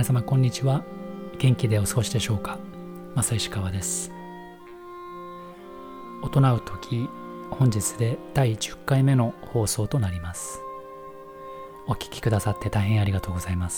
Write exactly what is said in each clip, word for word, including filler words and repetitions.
皆様こんにちは。元気でお過ごしでしょうか。正石川です。大人う時、本日でだいじゅっかいめの放送となります。お聞きくださって大変ありがとうございます。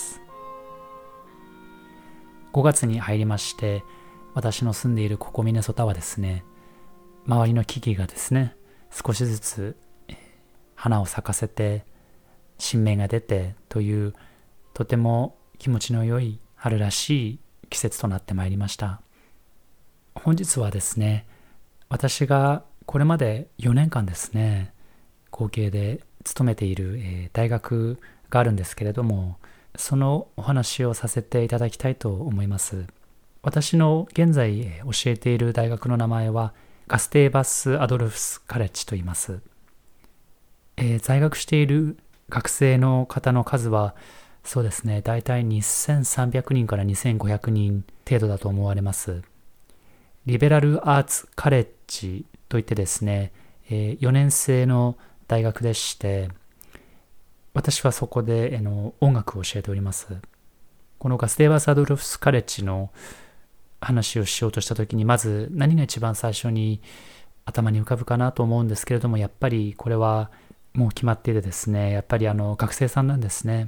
ごがつに入りまして、私の住んでいるここミネソタはですね、周りの木々がですね、少しずつ花を咲かせて新芽が出てという、とても気持ちの良い春らしい季節となってまいりました。本日はですね、私がこれまでよねんかんですね、合計で勤めている、えー、大学があるんですけれども、そのお話をさせていただきたいと思います。私の現在、えー、教えている大学の名前はガステーバス・アドルフス・カレッジと言います。えー、在学している学生の方の数はそうですね、だいたいにせんさんびゃくにんからにせんごひゃくにん程度だと思われます。リベラルアーツカレッジといってですね、えー、よねん生の大学でして、私はそこで、えー、の音楽を教えております。このガステーバス・アドルフス・カレッジの話をしようとしたときに、まず何が一番最初に頭に浮かぶかなと思うんですけれども、やっぱりこれはもう決まっていてですね、やっぱりあの学生さんなんですね。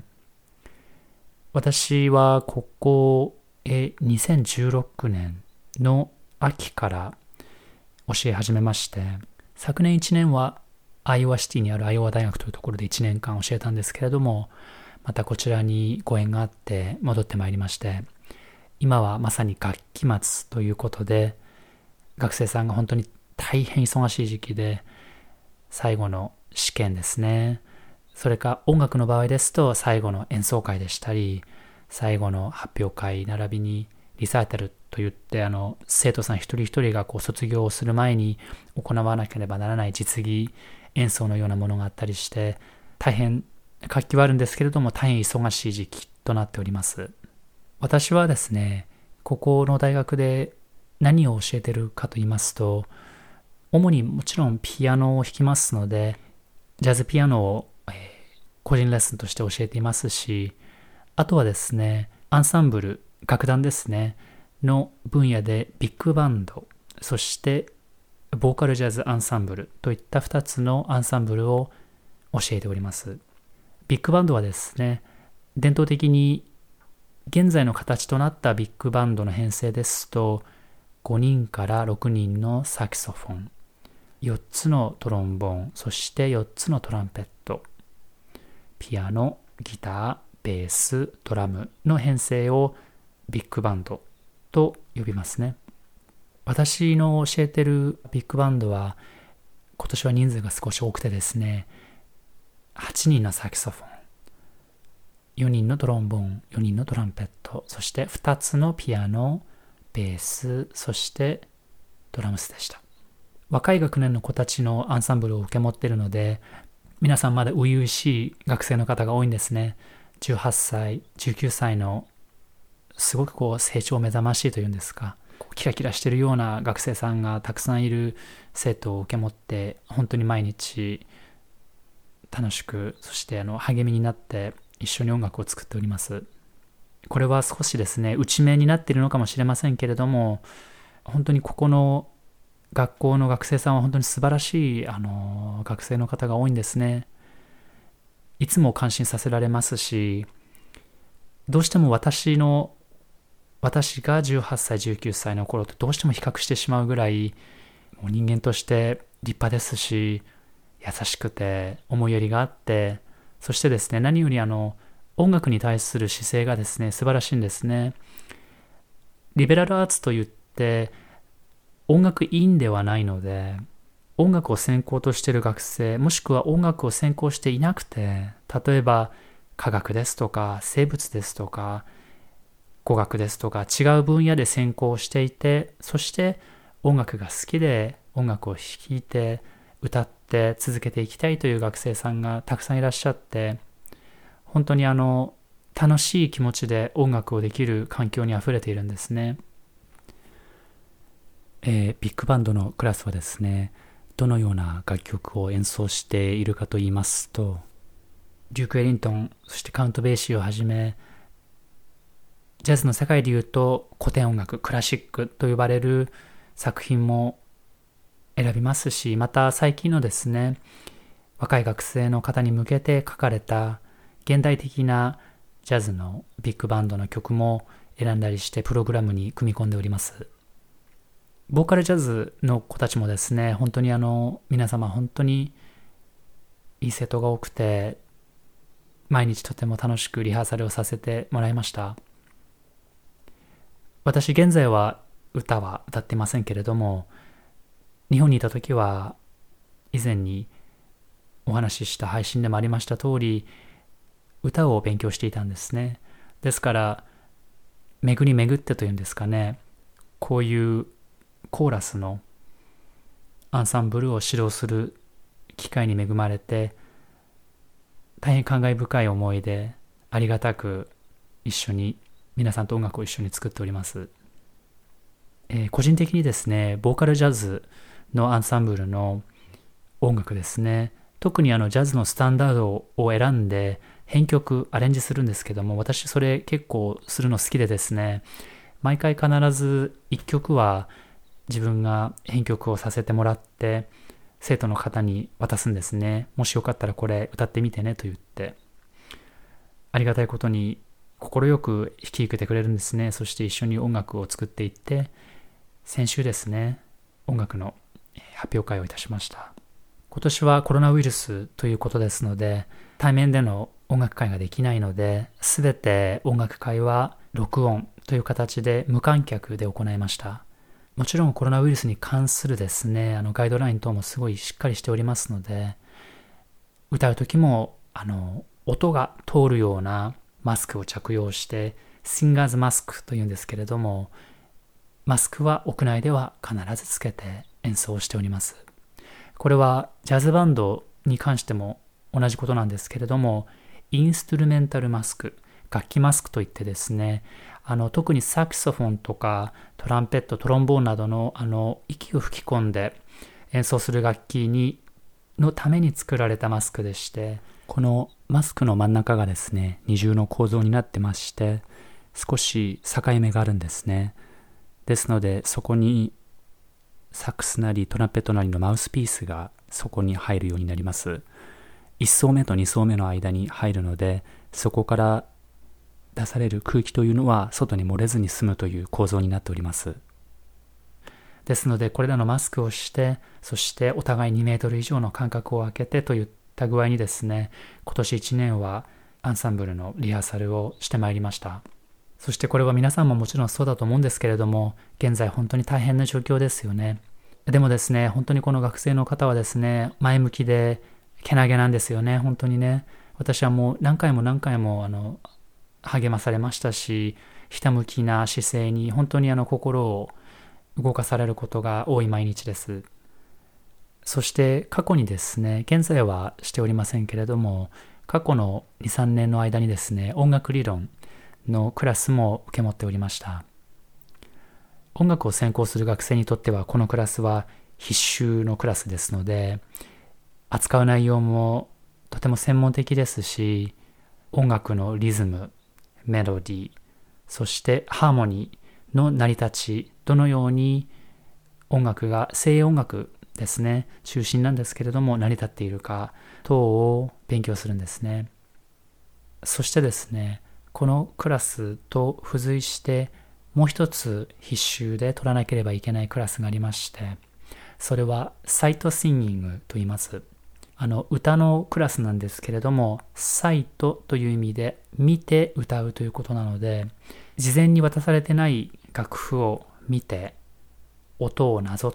私はここにせんじゅうろくねんの秋から教え始めまして、昨年いちねんはアイオワシティにあるアイオワ大学というところでいちねんかん教えたんですけれども、またこちらにご縁があって戻ってまいりまして、今はまさに学期末ということで、学生さんが本当に大変忙しい時期で、最後の試験ですね、それか音楽の場合ですと最後の演奏会でしたり、最後の発表会並びにリサイタルといって、あの生徒さん一人一人がこう卒業をする前に行わなければならない実技演奏のようなものがあったりして、大変活気はあるんですけれども、大変忙しい時期となっております。私はですね、ここの大学で何を教えてるかと言いますと、主にもちろんピアノを弾きますので、ジャズピアノを個人レッスンとして教えていますし、あとはですね、アンサンブル、楽団ですね、の分野でビッグバンド、そしてボーカルジャズアンサンブルといったふたつのアンサンブルを教えております。ビッグバンドはですね、伝統的に現在の形となったビッグバンドの編成ですと、ごにんからろくにんのサキソフォン、よっつのトロンボーン、そしてよっつのトランペット、ピアノ、ギター、ベース、ドラムの編成をビッグバンドと呼びますね。私の教えてるビッグバンドは今年は人数が少し多くてですね、はちにんのサキソフォン、よにんのトロンボーン、よにんのトランペット、そしてふたつのピアノ、ベース、そしてドラムスでした。若い学年の子たちのアンサンブルを受け持っているので、皆さんまだ初々しい学生の方が多いんですね。じゅうはっさい、じゅうきゅうさいのすごくこう成長目覚ましいというんですか、キラキラしているような学生さんがたくさんいる生徒を受け持って、本当に毎日楽しく、そしてあの励みになって一緒に音楽を作っております。これは少しですね、内面になっているのかもしれませんけれども、本当にここの学校の学生さんは本当に素晴らしいあの学生の方が多いんですね。いつも感心させられますし、どうしても私の私がじゅうはっさいじゅうきゅうさいの頃とどうしても比較してしまうぐらい、もう人間として立派ですし、優しくて思いやりがあって、そしてですね、何よりあの音楽に対する姿勢がですね、素晴らしいんですね。リベラルアーツといって音楽院ではないので、音楽を専攻としている学生、もしくは音楽を専攻していなくて、例えば科学ですとか生物ですとか語学ですとか違う分野で専攻していて、そして音楽が好きで音楽を弾いて歌って続けていきたいという学生さんがたくさんいらっしゃって、本当にあの楽しい気持ちで音楽をできる環境にあふれているんですね。えー、ビッグバンドのクラスはですね、どのような楽曲を演奏しているかと言いますと、デューク・エリントン、そしてカウント・ベイシーをはじめ、 ジャズの世界でいうと古典音楽、クラシックと呼ばれる作品も選びますし、また最近のですね、若い学生の方に向けて書かれた現代的なジャズのビッグバンドの曲も選んだりしてプログラムに組み込んでおります。ボーカルジャズの子たちもですね、本当にあの皆様本当にいい生徒が多くて、毎日とても楽しくリハーサルをさせてもらいました。私現在は歌は歌っていませんけれども、日本にいた時は以前にお話しした配信でもありました通り、歌を勉強していたんですね。ですから巡り巡ってというんですかね、こういうコーラスのアンサンブルを指導する機会に恵まれて、大変感慨深い思いでありがたく一緒に皆さんと音楽を一緒に作っております。えー、個人的にですね、ボーカルジャズのアンサンブルの音楽ですね、特にあのジャズのスタンダードを選んで編曲アレンジするんですけども、私それ結構するの好きでですね、毎回必ず一曲は自分が編曲をさせてもらって生徒の方に渡すんですね。もしよかったらこれ歌ってみてねと言って、ありがたいことに快く引き受けてくれるんですね。そして一緒に音楽を作っていって、先週ですね、音楽の発表会をいたしました。今年はコロナウイルスということですので、対面での音楽会ができないので、すべて音楽会は録音という形で無観客で行いました。もちろんコロナウイルスに関するですね、あのガイドライン等もすごいしっかりしておりますので、歌う時もあの音が通るようなマスクを着用して、シンガーズマスクというんですけれども、マスクは屋内では必ずつけて演奏しております。これはジャズバンドに関しても同じことなんですけれども、インストゥルメンタルマスク、楽器マスクといってですね、あの特にサクソフォンとかトランペット、トロンボーンなどのあの息を吹き込んで演奏する楽器にのために作られたマスクでして、このマスクの真ん中がですね、二重の構造になってまして、少し境目があるんですね。ですので、そこにサックスなりトランペットなりのマウスピースがそこに入るようになります。いち層目とに層目の間に入るので、そこから出される空気というのは外に漏れずに済むという構造になっております。ですので、これらのマスクをして、そしてお互いにメートル以上の間隔を空けてといった具合にですね、今年いちねんはアンサンブルのリハーサルをしてまいりました。そしてこれは皆さんももちろんそうだと思うんですけれども、現在本当に大変な状況ですよね。でもですね、本当にこの学生の方はですね、前向きでけなげなんですよね、本当にね。私はもう何回も何回もあの励まされましたし、ひたむきな姿勢に本当にあの心を動かされることが多い毎日です。そして過去にですね、現在はしておりませんけれども、過去のに、さんねんの間にですね、音楽理論のクラスも受け持っておりました。音楽を専攻する学生にとってはこのクラスは必修のクラスですので、扱う内容もとても専門的ですし、音楽のリズム、メロディー、そしてハーモニーの成り立ち、どのように音楽が西洋音楽ですね、中心なんですけれども成り立っているか等を勉強するんですね。そしてですね、このクラスと付随してもう一つ必修で取らなければいけないクラスがありまして、それはサイトシンギングと言います。あの歌のクラスなんですけれども、サイトという意味で見て歌うということなので、事前に渡されてない楽譜を見て音をなぞって、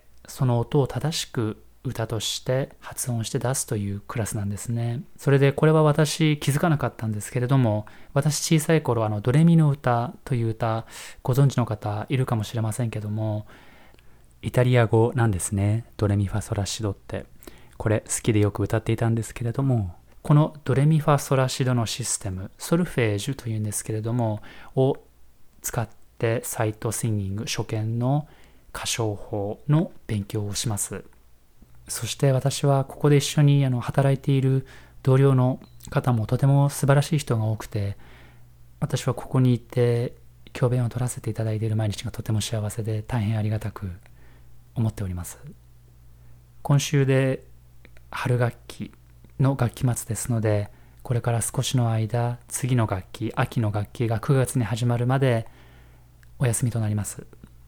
その音を正しく歌として発音して出すというクラスなんですね。それでこれは私気づかなかったんですけれども、私小さい頃あのドレミの歌という歌ご存知の方いるかもしれませんけども、イタリア語なんですね。ドレミファソラシドって、これ好きでよく歌っていたんですけれども、このドレミファソラシドのシステム、ソルフェージュというんですけれどもを使ってサイトシンギング、初見の歌唱法の勉強をします。そして私はここで一緒にあの働いている同僚の方もとても素晴らしい人が多くて、私はここにいて教鞭を取らせていただいている毎日がとても幸せで大変ありがたく思っております。今週で春学期の学期末ですので、これから少しの間、次の学期、秋の学期がくがつに始まるまでお休みとなります。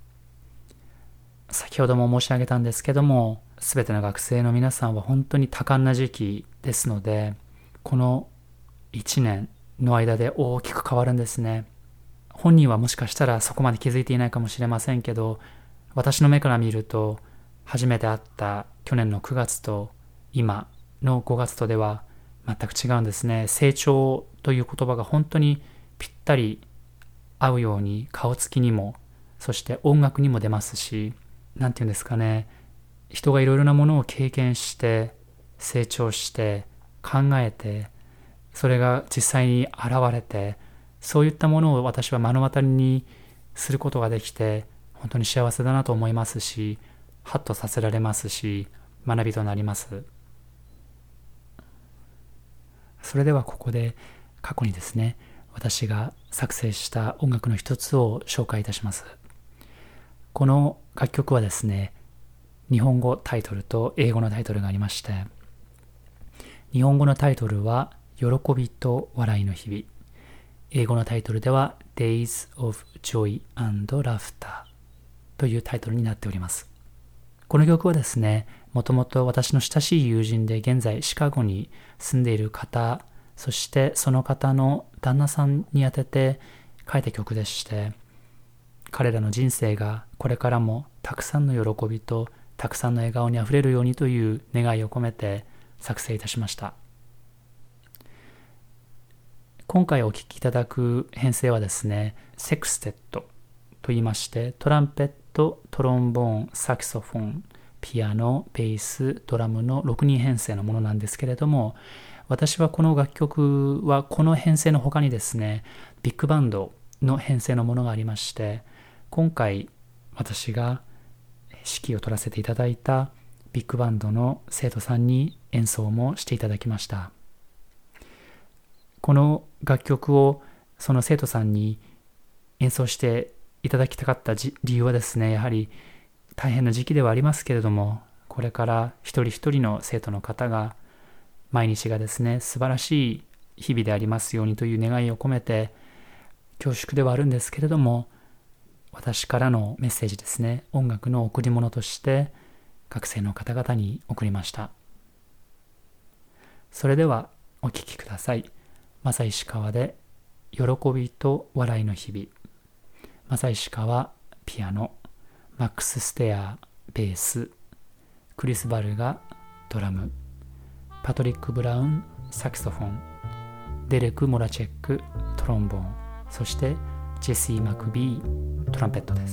先ほども申し上げたんですけども、すべての学生の皆さんは本当に多感な時期ですので、このいちねんの間で大きく変わるんですね。本人はもしかしたらそこまで気づいていないかもしれませんけど、私の目から見ると、初めて会った去年のくがつと今のごがつとでは全く違うんですね。成長という言葉が本当にぴったり合うように顔つきにも、そして音楽にも出ますし、なんていうんですかね、人がいろいろなものを経験して成長して考えて、それが実際に現れて、そういったものを私は目の当たりにすることができて本当に幸せだなと思いますし、ハッとさせられますし、学びとなります。それではここで過去にですね、私が作成した音楽の一つを紹介いたします。この楽曲はですね、日本語タイトルと英語のタイトルがありまして、日本語のタイトルは喜びと笑いの日々、英語のタイトルでは Days of Joy and Laughter というタイトルになっております。この曲はですね、もともと私の親しい友人で現在シカゴに住んでいる方、そしてその方の旦那さんに宛てて書いた曲でして、彼らの人生がこれからもたくさんの喜びとたくさんの笑顔にあふれるようにという願いを込めて作成いたしました。今回お聴きいただく編成はですね、セクステットと言いまして、トランペット、トロンボーン、サキソフォン、ピアノ、ベース、ドラムのろくにん編成のものなんですけれども、私はこの楽曲はこの編成の他にですね、ビッグバンドの編成のものがありまして、今回私が指揮を取らせていただいたビッグバンドの生徒さんに演奏もしていただきました。この楽曲をその生徒さんに演奏していただきたかった理由はですね、やはり大変な時期ではありますけれども、これから一人一人の生徒の方が毎日がですね、素晴らしい日々でありますようにという願いを込めて、恐縮ではあるんですけれども、私からのメッセージですね、音楽の贈り物として学生の方々に送りました。それではお聴きください。正石川で喜びと笑いの日々。正石川ピアノ、マックス・ステアベース、クリス・バルガドラム、パトリック・ブラウンサキソフォン、デレク・モラチェックトロンボーン、そしてジェシー・マクビートランペットです。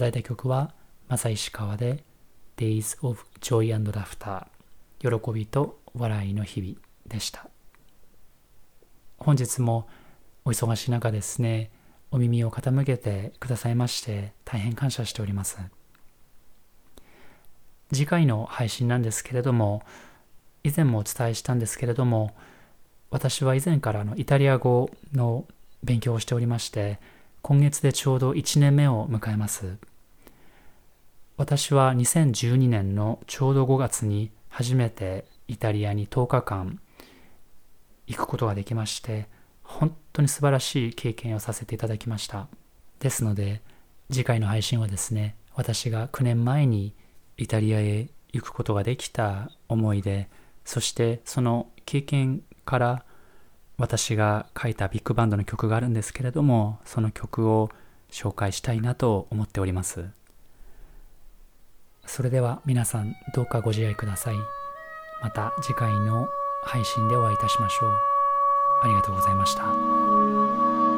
だいた曲はマサイシカワで Days of Joy and Laughter 喜びと笑いの日々でした。本日もお忙しい中ですね、お耳を傾けてくださいまして大変感謝しております。次回の配信なんですけれども、以前もお伝えしたんですけれども、私は以前からのイタリア語の勉強をしておりまして、今月でちょうどいちねんめを迎えます。私はにせんじゅうにねんのちょうどごがつに初めてイタリアにとおかかん行くことができまして、本当に素晴らしい経験をさせていただきました。ですので、次回の配信はですね、私がきゅうねんまえにイタリアへ行くことができた思い出、そしてその経験から私が書いたビッグバンドの曲があるんですけれども、その曲を紹介したいなと思っております。それでは皆さんどうかご自愛ください。また次回の配信でお会いいたしましょう。ありがとうございました。